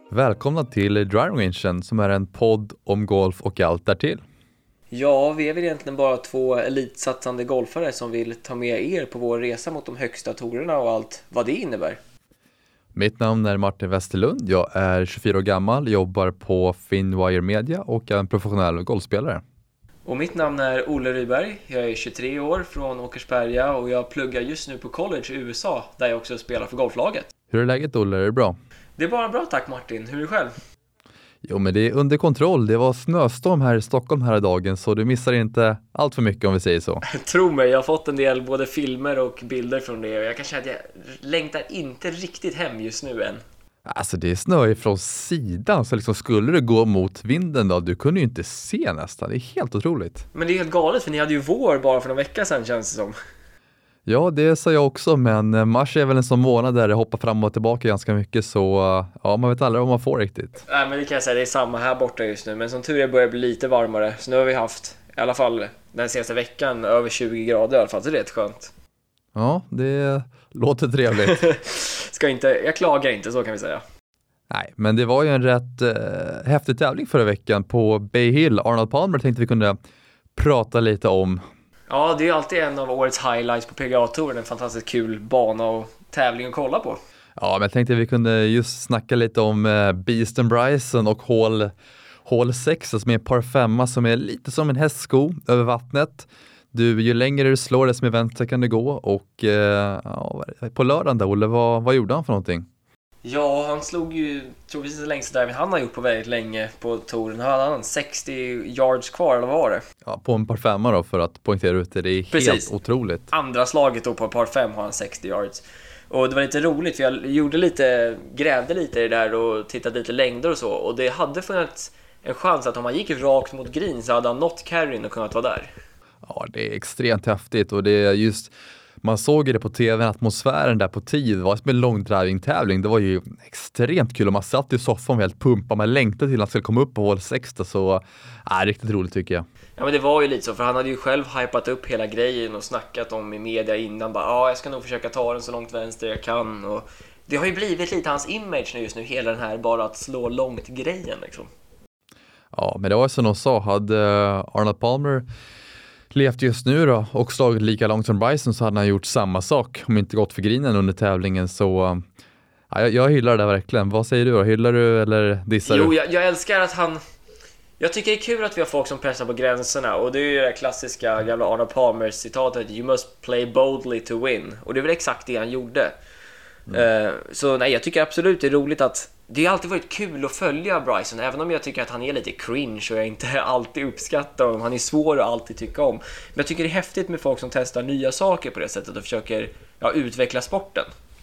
Välkomna till Driving Rangen som är en podd om golf och allt därtill. Ja, vi är väl egentligen bara två elitsatsande golfare som vill ta med er på vår resa mot de högsta tourerna och allt vad det innebär. Mitt namn är Martin Westerlund, jag är 24 år gammal, jobbar på Finwire Media och är en professionell golfspelare. Och mitt namn är Olle Ryberg, jag är 23 år från Åkersberga och jag pluggar just nu på college i USA där jag också spelar för golflaget. Hur är läget, Olle? Är det bra? Det är bara bra, tack Martin. Hur är det själv? Jo, men det är under kontroll. Det var snöstorm här i Stockholm här dagen, så du missar inte allt för mycket om vi säger så. Tro mig, jag har fått en del både filmer och bilder från det och jag kan säga att jag längtar inte riktigt hem just nu än. Alltså det är snö ifrån sidan, så liksom skulle det gå mot vinden då, du kunde ju inte se nästan. Det är helt otroligt. Men det är helt galet för ni hade ju vår bara för några veckor sedan känns det som. Ja, det sa jag också, men mars är väl en sån månad där det hoppar fram och tillbaka ganska mycket, så ja, man vet aldrig vad man får riktigt. Nej, men det kan jag säga, det är samma här borta just nu, men som tur är börjar det bli lite varmare, så nu har vi haft, i alla fall den senaste veckan, över 20 grader i alla fall, så det är rätt skönt. Ja, det låter trevligt. Jag klagar inte, så kan vi säga. Nej, men det var ju en rätt häftig tävling förra veckan på Bay Hill. Arnold Palmer tänkte vi kunde prata lite om. Ja, det är alltid en av årets highlights på PGA-touren, en fantastiskt kul bana och tävling att kolla på. Ja, men jag tänkte vi kunde just snacka lite om Beeston Bryson och hål 6 som är en par 5 som är lite som en hästsko över vattnet. Ju längre du slår desto mer vänster kan du gå, och på lördagen där, Olle, vad gjorde han för någonting? Ja, han slog ju troligtvis den längsta driving han har gjort på väldigt länge på touren. Han hade 60 yards kvar, eller vad var det? Ja, på en par 5 då, för att poängtera ut det. Det är Precis. Helt otroligt. Andra slaget då på par 5 har han 60 yards. Och det var lite roligt för jag grävde lite i det där och tittade lite längder och så. Och det hade funnits en chans att om han gick rakt mot green så hade han nått carryn och kunnat vara där. Ja, det är extremt häftigt, och det är just, man såg ju det på tv, atmosfären där på tid, det var som en långdriving-tävling, det var ju extremt kul och man satt i soffan och helt pumpade, man längtade till att han skulle komma upp på hål 6, så riktigt roligt tycker jag. Ja, men det var ju lite så, för han hade ju själv hypat upp hela grejen och snackat om i media innan, bara jag ska nog försöka ta den så långt vänster jag kan, och det har ju blivit lite hans image nu just nu, hela den här bara att slå långt grejen liksom. Ja, men det var som de sa, hade Arnold Palmer levt just nu då och slagit lika långt som Bryson, så hade han gjort samma sak om inte gått för greenen under tävlingen, så jag hyllar det verkligen. Vad säger du då? Hyllar du eller dissar du? Jo, jag älskar att han... Jag tycker det är kul att vi har folk som pressar på gränserna, och det är ju det klassiska gamla Arnold Palmer citatet, you must play boldly to win, och det är väl exakt det han gjorde. Så nej, jag tycker absolut det är roligt att det har alltid varit kul att följa Bryson, även om jag tycker att han är lite cringe och jag inte alltid uppskattar honom. Han är svår att alltid tycka om. Men jag tycker det är häftigt med folk som testar nya saker på det sättet och försöker utveckla sporten.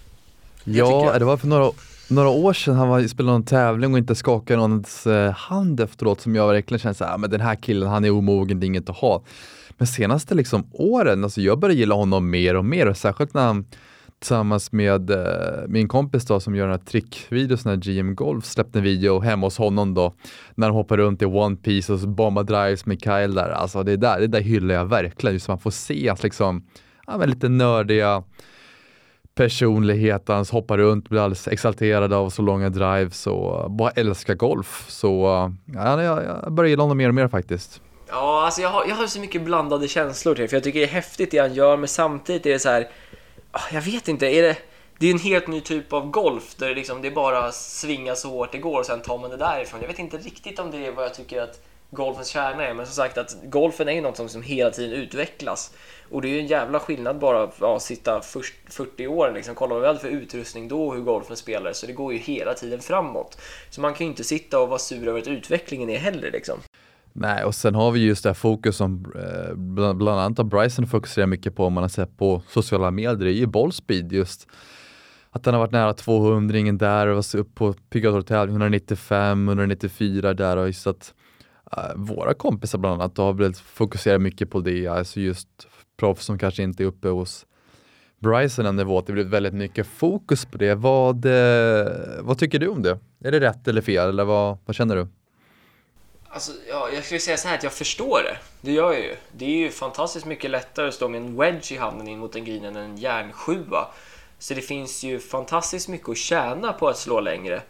Ja, det var för några år sedan han spelade någon tävling och inte skakade någons hand efteråt, som jag verkligen kände så här, men den här killen, han är omogen, det är inget att ha. Men senaste åren, alltså jag började gilla honom mer och mer, och särskilt när han tillsammans med min kompis då, som gör den här trickvideos när GM Golf släppte en video hemma hos honom då, när de hoppar runt i One Piece och så bombar drives med Kyle där. Alltså det där hyllar jag verkligen, just så man får se att lite nördiga personlighet, han hoppar runt, blir alldeles exalterad av så långa drives och bara älskar golf. Så jag börjar gilla honom mer och mer faktiskt. Ja, alltså jag har så mycket blandade känslor till, för jag tycker det är häftigt det han gör, men samtidigt är det så här, jag vet inte, det är en helt ny typ av golf där det bara svingar så hårt det går och sen tar man det därifrån. Jag vet inte riktigt om det är vad jag tycker att golfens kärna är, men som sagt att golfen är ju något som hela tiden utvecklas, och det är ju en jävla skillnad bara att sitta först 40 år kolla vad vi hade för utrustning då och hur golfen spelar, så det går ju hela tiden framåt, så man kan ju inte sitta och vara sur över att utvecklingen är heller Nej, och sen har vi just det här fokus som bland annat av Bryson fokuserar mycket på, om man har sett på sociala medier, det är ju bollspeed, just att han har varit nära 200 där och var upp på PGA-tävling 195, 194 där, och just att våra kompisar bland annat har blivit fokuserat mycket på det, alltså just proffs som kanske inte är uppe hos Bryson en nivå, det blir väldigt mycket fokus på det. Vad tycker du om det? Är det rätt eller fel, eller vad känner du? Alltså, jag skulle säga så här att jag förstår det. Det gör jag ju. Det är ju fantastiskt mycket lättare att stå med en wedge i handen in mot en green än en järnsjua. Så det finns ju fantastiskt mycket att tjäna på att slå längre.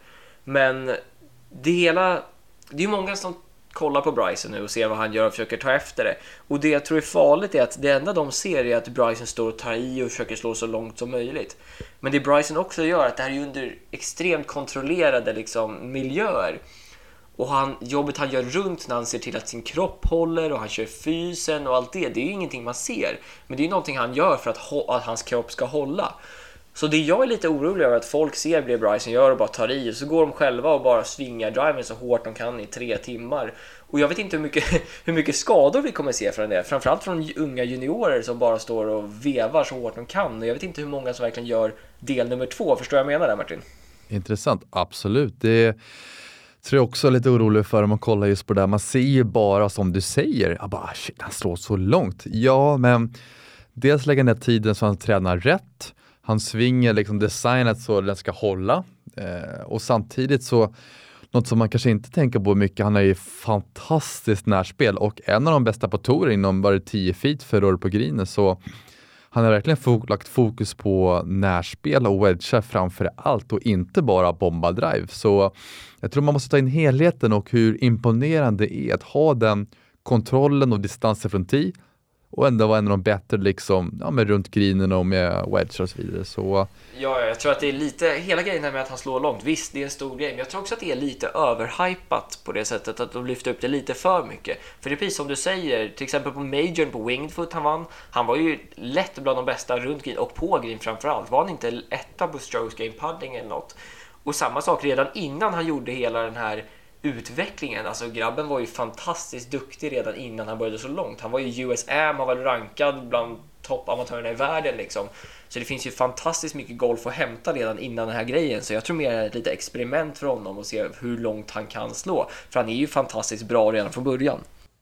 Men det är ju många som kollar på Bryson nu och ser vad han gör och försöker ta efter det. Och det jag tror är farligt är att det enda de ser är att Bryson står och tar i och försöker slå så långt som möjligt. Men det Bryson också gör, att det här är under extremt kontrollerade liksom, miljöer. Och jobbet han gör runt när han ser till att sin kropp håller och han kör fysen och allt det är ju ingenting man ser. Men det är ju någonting han gör för att hans kropp ska hålla. Så det jag är lite orolig över att folk ser det Bryson gör och bara tar i, och så går de själva och bara svingar driven så hårt de kan i 3 timmar. Och jag vet inte hur mycket skador vi kommer se från det. Framförallt från unga juniorer som bara står och vevar så hårt de kan. Och jag vet inte hur många som verkligen gör del nummer 2. Förstår jag menar det, Martin? Intressant, absolut. Det tror jag också är lite orolig för om man kollar just på det där. Man ser ju bara som du säger, shit, han slår så långt. Ja, men dels lägger ner tiden så han tränar rätt. Han svingar liksom designat så den ska hålla. Och samtidigt så, något som man kanske inte tänker på mycket, han har ju fantastiskt närspel och en av de bästa på touren inom bara 10 feet för rör på grinen, så han har verkligen lagt fokus på närspel och wedgar framför allt och inte bara bomba drive. Så jag tror man måste ta in helheten och hur imponerande det är att ha den kontrollen och distansen från tee och ändå vara en av de bättre liksom, med runt grinen och med wedge och så vidare. Så ja, jag tror att det är lite, hela grejen med att han slår långt, visst det är en stor grej, men jag tror också att det är lite överhypat på det sättet att de lyfter upp det lite för mycket. För det är precis som du säger, till exempel på Majorn på Winged Foot han var ju lätt bland de bästa runt green och på green framförallt. Var han inte etta på strokes game pudding eller något? Och samma sak redan innan han gjorde hela den här utvecklingen. Alltså grabben var ju fantastiskt duktig redan innan han började så långt. Han var ju USM, han var rankad bland toppamatörerna i världen liksom. Så det finns ju fantastiskt mycket golf att hämta redan innan den här grejen. Så jag tror mer är ett litet experiment för honom och se hur långt han kan slå. För han är ju fantastiskt bra redan från början.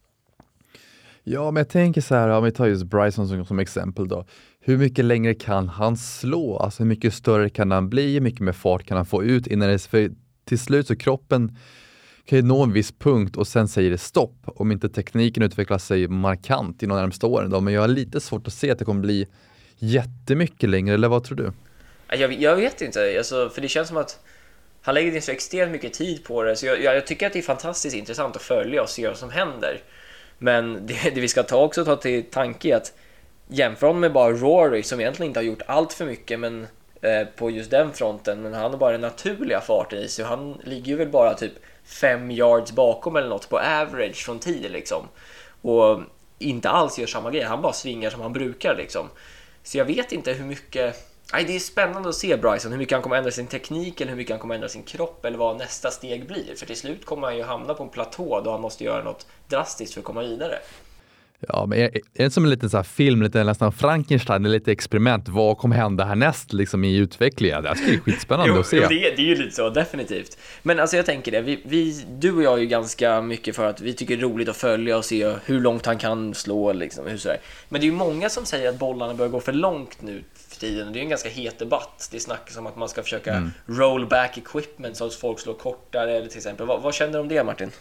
Ja, men jag tänker så här, om vi tar just Bryson som exempel då. Hur mycket längre kan han slå? Alltså hur mycket större kan han bli? Hur mycket mer fart kan han få ut innan det, för till slut så kroppen kan ju nå en viss punkt och sen säger det stopp om inte tekniken utvecklar sig markant i de närmaste åren då. Men jag har lite svårt att se att det kommer bli jättemycket längre, eller vad tror du? Jag vet inte, alltså, för det känns som att han lägger in så extremt mycket tid på det, så jag tycker att det är fantastiskt intressant att följa och se vad som händer. Men det vi ska ta till tanke är att jämför med bara Rory som egentligen inte har gjort allt för mycket men på just den fronten, men han har bara den naturliga farten i sig. Han ligger ju väl bara typ 5 yards bakom eller något på average från 10 liksom. Och inte alls gör samma grej, han bara svingar som han brukar liksom. Så jag vet inte hur mycket. Nej, det är spännande att se Bryson, hur mycket han kommer ändra sin teknik eller hur mycket han kommer ändra sin kropp eller vad nästa steg blir. För till slut kommer han ju hamna på en platå då han måste göra något drastiskt för att komma vidare. Ja, men är det som en liten så här film, lite nästan Frankenstein, lite experiment, vad kommer hända härnäst liksom i utvecklingen? Det är skitspännande att se. Jo, det är ju lite så, definitivt. Men alltså jag tänker det, du och jag är ju ganska mycket för att vi tycker det är roligt att följa och se hur långt han kan slå liksom, hur så där. Men det är ju många som säger att bollarna börjar gå för långt nu för tiden, och det är en ganska het debatt. Det snackas om att man ska försöka roll back equipment så att folk slår kortare eller till exempel. Vad känner du om det, Martin?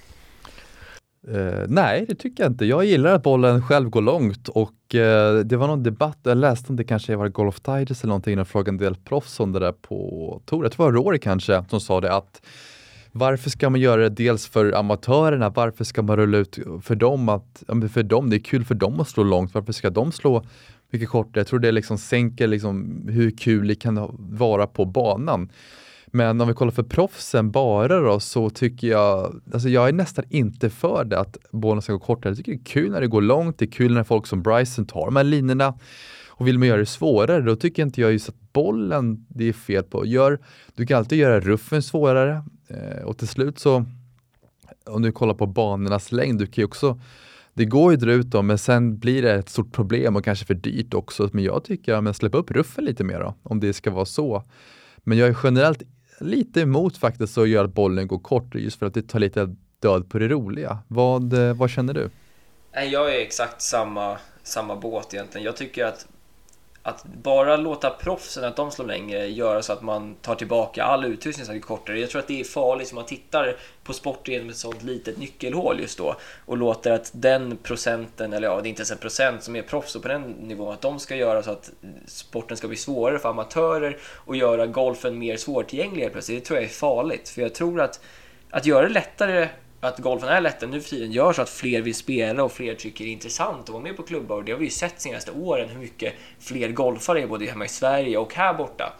Nej, det tycker jag inte. Jag gillar att bollen själv går långt och det var någon debatt, jag läste om det kanske var Golf Digest eller någonting, och frågade en del proffs om det där på tour. Jag tror det var Rory kanske som sa det, att varför ska man göra det dels för amatörerna, varför ska man rulla ut för dem att, för dem, det är kul för dem att slå långt, varför ska de slå mycket kortare? Jag tror det liksom sänker liksom hur kul det kan vara på banan. Men om vi kollar för proffsen bara då, så tycker jag, alltså jag är nästan inte för det att bollen ska gå kortare. Jag tycker det är kul när det går långt, det är kul när folk som Bryson tar de här linjerna, och vill man göra det svårare, då tycker inte jag just att bollen det är fel på. Du kan alltid göra ruffen svårare, och till slut så, om du kollar på banornas längd, du kan ju också, det går ju dra ut dem, men sen blir det ett stort problem och kanske för dyrt också. Men jag tycker att man släpper upp ruffen lite mer då, om det ska vara så. Men jag är generellt lite emot faktiskt att göra att bollen går kort, just för att det tar lite död på det roliga. Vad känner du? Jag är exakt samma båt egentligen. Jag tycker att att bara låta proffsen, att de slår längre, göra så att man tar tillbaka all utrustning så att det är kortare. Jag tror att det är farligt som man tittar på sport genom ett sånt litet nyckelhål just då och låter att den procenten, eller ja, det är inte ens en procent som är proffs på den nivån, att de ska göra så att sporten ska bli svårare för amatörer och göra golfen mer svårtillgänglig plötsligt. Det tror jag är farligt, för jag tror att göra det lättare, att golfen är lättare nu för tiden, gör så att fler vill spela och fler tycker det är intressant att vara med på klubbar. Och det har vi ju sett senaste åren, hur mycket fler golfare är både hemma i Sverige och här borta.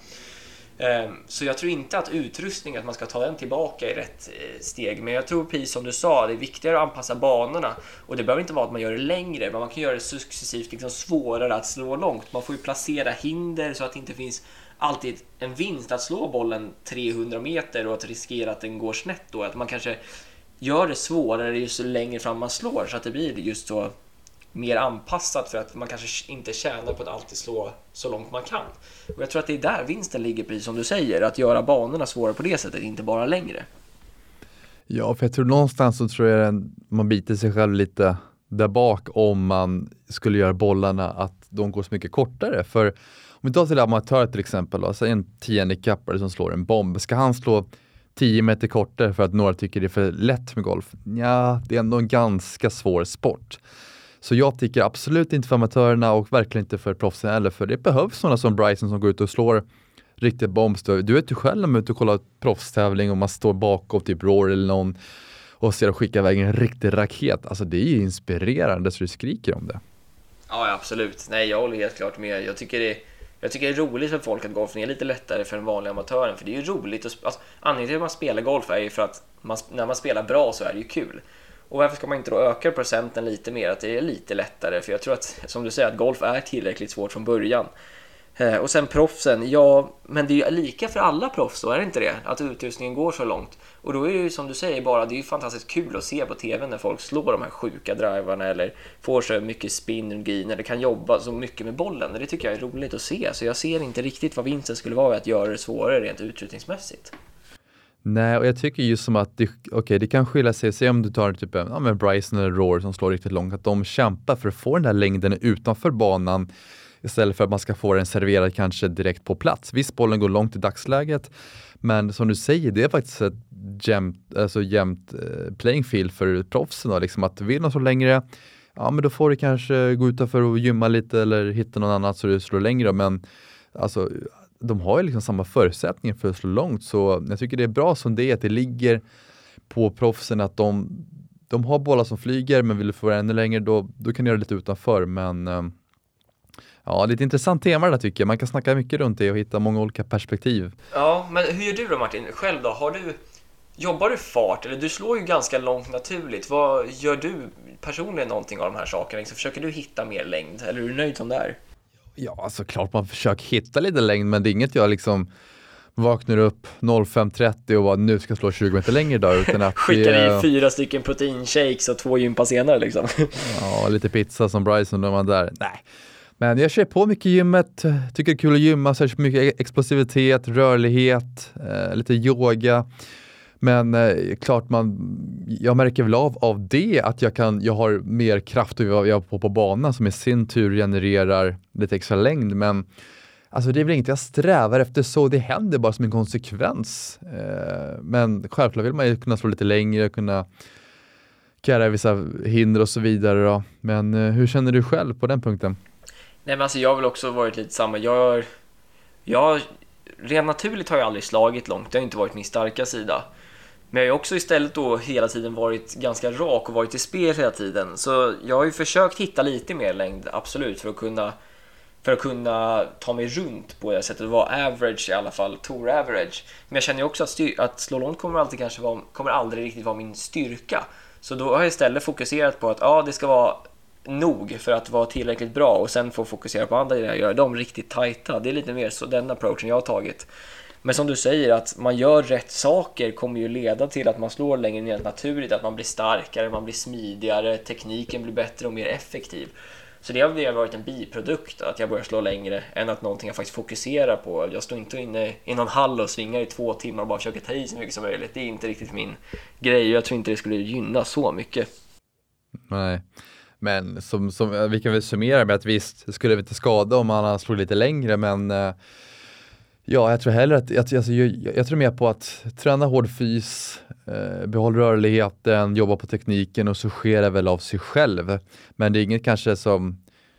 Så jag tror inte att utrustning, att man ska ta den tillbaka i rätt steg. Men jag tror precis som du sa, det är viktigare att anpassa banorna. Och det behöver inte vara att man gör det längre, men man kan göra det successivt liksom svårare att slå långt. Man får ju placera hinder så att det inte finns alltid en vinst att slå bollen 300 meter och att riskera att den går snett då. Att man kanske gör det svårare just så längre fram man slår, så att det blir just så mer anpassat, för att man kanske inte tjänar på att alltid slå så långt man kan. Och jag tror att det är där vinsten ligger, precis som du säger, att göra banorna svårare på det sättet, inte bara längre. Ja, för jag tror någonstans så tror jag man biter sig själv lite där bak om man skulle göra bollarna att de går så mycket kortare. För om vi tar till amatör till exempel, alltså en 10-handikappare som slår en bomb, ska han slå 10 meter kortare för att några tycker det är för lätt med golf? Ja, det är ändå en ganska svår sport. Så jag tycker absolut inte för amatörerna och verkligen inte för proffsen heller, för det behövs sådana som Bryson som går ut och slår riktigt bombs. Du vet ju själv när man är ute och kollar proffstävling och man står bakom typ Rory eller någon och ser och skickar iväg en riktig raket. Alltså det är ju inspirerande så du skriker om det. Ja, absolut. Nej, jag håller helt klart med. Jag tycker det är roligt för folk att golfen är lite lättare för den vanliga amatören. För det är ju roligt att, anledningen till att man spelar golf är ju för att när man spelar bra så är det ju kul. Och varför ska man inte då öka procenten lite mer, att det är lite lättare? För jag tror att, som du säger, att golf är tillräckligt svårt från början. Och sen proffsen, ja, men det är ju lika för alla proffs då, är det inte det? Att utrustningen går så långt. Och då är det ju som du säger bara, det är ju fantastiskt kul att se på tv när folk slår de här sjuka drivarna eller får så mycket spin och green eller kan jobba så mycket med bollen. Det tycker jag är roligt att se, så jag ser inte riktigt vad vinsten skulle vara att göra det svårare rent utrustningsmässigt. Nej, och jag tycker just som att det kan skilja sig. Se om du tar typ Bryson eller Rory som slår riktigt långt, att de kämpar för att få den där längden utanför banan istället för att man ska få den serverad kanske direkt på plats. Visst, bollen går långt i dagsläget, men som du säger, det är faktiskt ett jämnt playing field för proffsen då, liksom att vill någon så längre, ja men då får du kanske gå utanför och gymma lite eller hitta någon annat så du slår längre, men alltså de har ju liksom samma förutsättningar för att slå långt, så jag tycker det är bra som det är, att det ligger på proffsen att de har bollar som flyger, men vill du få ännu längre då kan du göra lite utanför, men ja, det är ett intressant tema där tycker jag. Man kan snacka mycket runt det och hitta många olika perspektiv. Ja, men hur gör du då Martin? Själv då, jobbar du fart? Eller du slår ju ganska långt naturligt. Vad gör du personligen någonting av de här sakerna? Så försöker du hitta mer längd? Eller är du nöjd som det är? Ja, alltså klart man försöker hitta lite längd, men det är inget jag liksom vaknar upp 05.30 och bara, nu ska jag slå 20 meter längre idag, utan att skickar i 4 stycken proteinshakes och 2 gympa senare liksom. Ja, lite pizza som Bryson när man där. Nej. Men jag kör på mycket gymmet, tycker det är kul att gymma, så mycket explosivitet, rörlighet, lite yoga. Men klart jag märker väl av det att jag har mer kraft att jag på banan som i sin tur genererar lite extra längd. Men alltså det är väl inget jag strävar efter, så det händer bara som en konsekvens. Men självklart vill man ju kunna slå lite längre, kunna karra vissa hinder och så vidare då. Men hur känner du själv på den punkten? Nej, men alltså jag har väl också varit lite samma. Rent naturligt har jag aldrig slagit långt. Det har inte varit min starka sida. Men jag har också istället då hela tiden varit ganska rak och varit i spel hela tiden. Så jag har ju försökt hitta lite mer längd, absolut, för att kunna ta mig runt på det sättet. Vara average i alla fall, tour average. Men jag känner ju också att slå långt kommer aldrig riktigt vara min styrka. Så då har jag istället fokuserat på att det ska vara nog för att vara tillräckligt bra, och sen få fokusera på andra grejer, göra dem riktigt tajta. Det är lite mer så den approachen jag har tagit. Men som du säger, att man gör rätt saker kommer ju leda till att man slår längre ner naturligt, att man blir starkare, man blir smidigare, tekniken blir bättre och mer effektiv. Så det har varit en biprodukt, att jag börjar slå längre, än att någonting jag faktiskt fokuserar på. Jag står inte inne i någon hall och svingar i 2 timmar och bara försöker ta i så mycket som möjligt. Det är inte riktigt min grej, och jag tror inte det skulle gynna så mycket. Nej. Men som vi kan väl summera med att visst, det skulle vi inte skada om han slog lite längre, men ja, jag tror hellre att jag tror mer på att träna hård fys, behålla rörligheten, jobba på tekniken och så sker det väl av sig själv. Men det är inget kanske som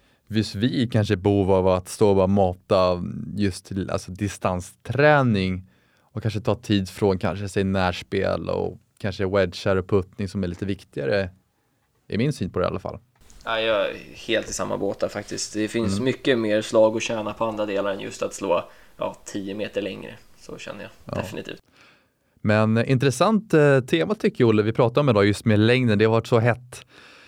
vi kanske behov av att stå och bara mata just till alltså distansträning och kanske ta tid från kanske sig närspel och kanske wedgar och puttning som är lite viktigare i min syn på det i alla fall. Ja, jag är helt i samma båtar faktiskt. Det finns mycket mer slag att tjäna på andra delar än just att slå 10 meter längre. Så känner jag definitivt. Men intressant tema tycker jag, Olle, vi pratar om idag just med längden. Det har varit så het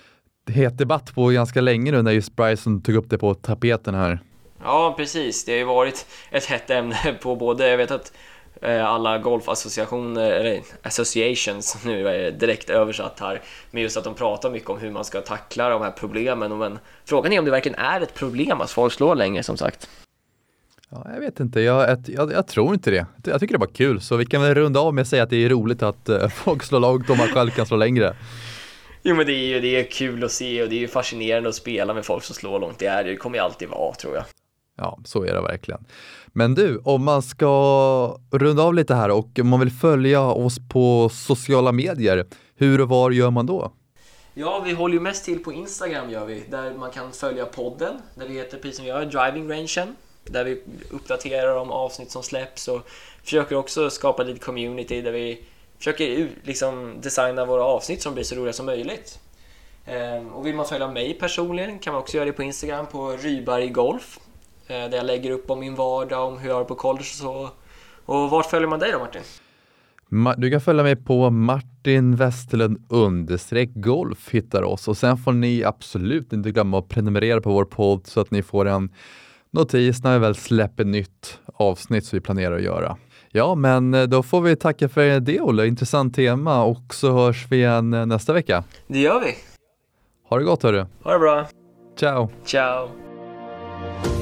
debatt på ganska länge nu när just Bryson tog upp det på tapeten här. Ja, precis. Det har ju varit ett hett ämne på både, jag vet att alla golfassociationer eller associations, nu är det direkt översatt här, men just att de pratar mycket om hur man ska tackla de här problemen. Men frågan är om det verkligen är ett problem att folk slår längre, som sagt. Ja, jag vet inte, jag tror inte det. Jag tycker det var kul, så vi kan väl runda av med att säga att det är roligt att folk slår långt om man själv kan slå längre. Jo, men det är kul att se och det är ju fascinerande att spela med folk som slår långt. Det kommer ju alltid vara, tror jag. Ja, så är det verkligen. Men du, om man ska runda av lite här och om man vill följa oss på sociala medier, hur och var gör man då? Ja, vi håller ju mest till på Instagram gör vi, där man kan följa podden, där vi heter precis som vi gör, Driving Rangen, där vi uppdaterar om avsnitt som släpps och försöker också skapa lite community där vi försöker liksom designa våra avsnitt som blir så roliga som möjligt. Och vill man följa mig personligen kan man också göra det på Instagram på Ryberg Golf, där jag lägger upp om min vardag, om hur jag är på college och så. Och vart följer man dig då, Martin? Du kan följa mig på Martin Westerlund _golf hittar oss, och sen får ni absolut inte glömma att prenumerera på vår podd så att ni får en notis när vi väl släpper nytt avsnitt som vi planerar att göra. Ja, men då får vi tacka för det, Olle. Intressant tema, och så hörs vi igen nästa vecka. Det gör vi. Ha det gott, hörru. Ha det bra. Ciao. Ciao.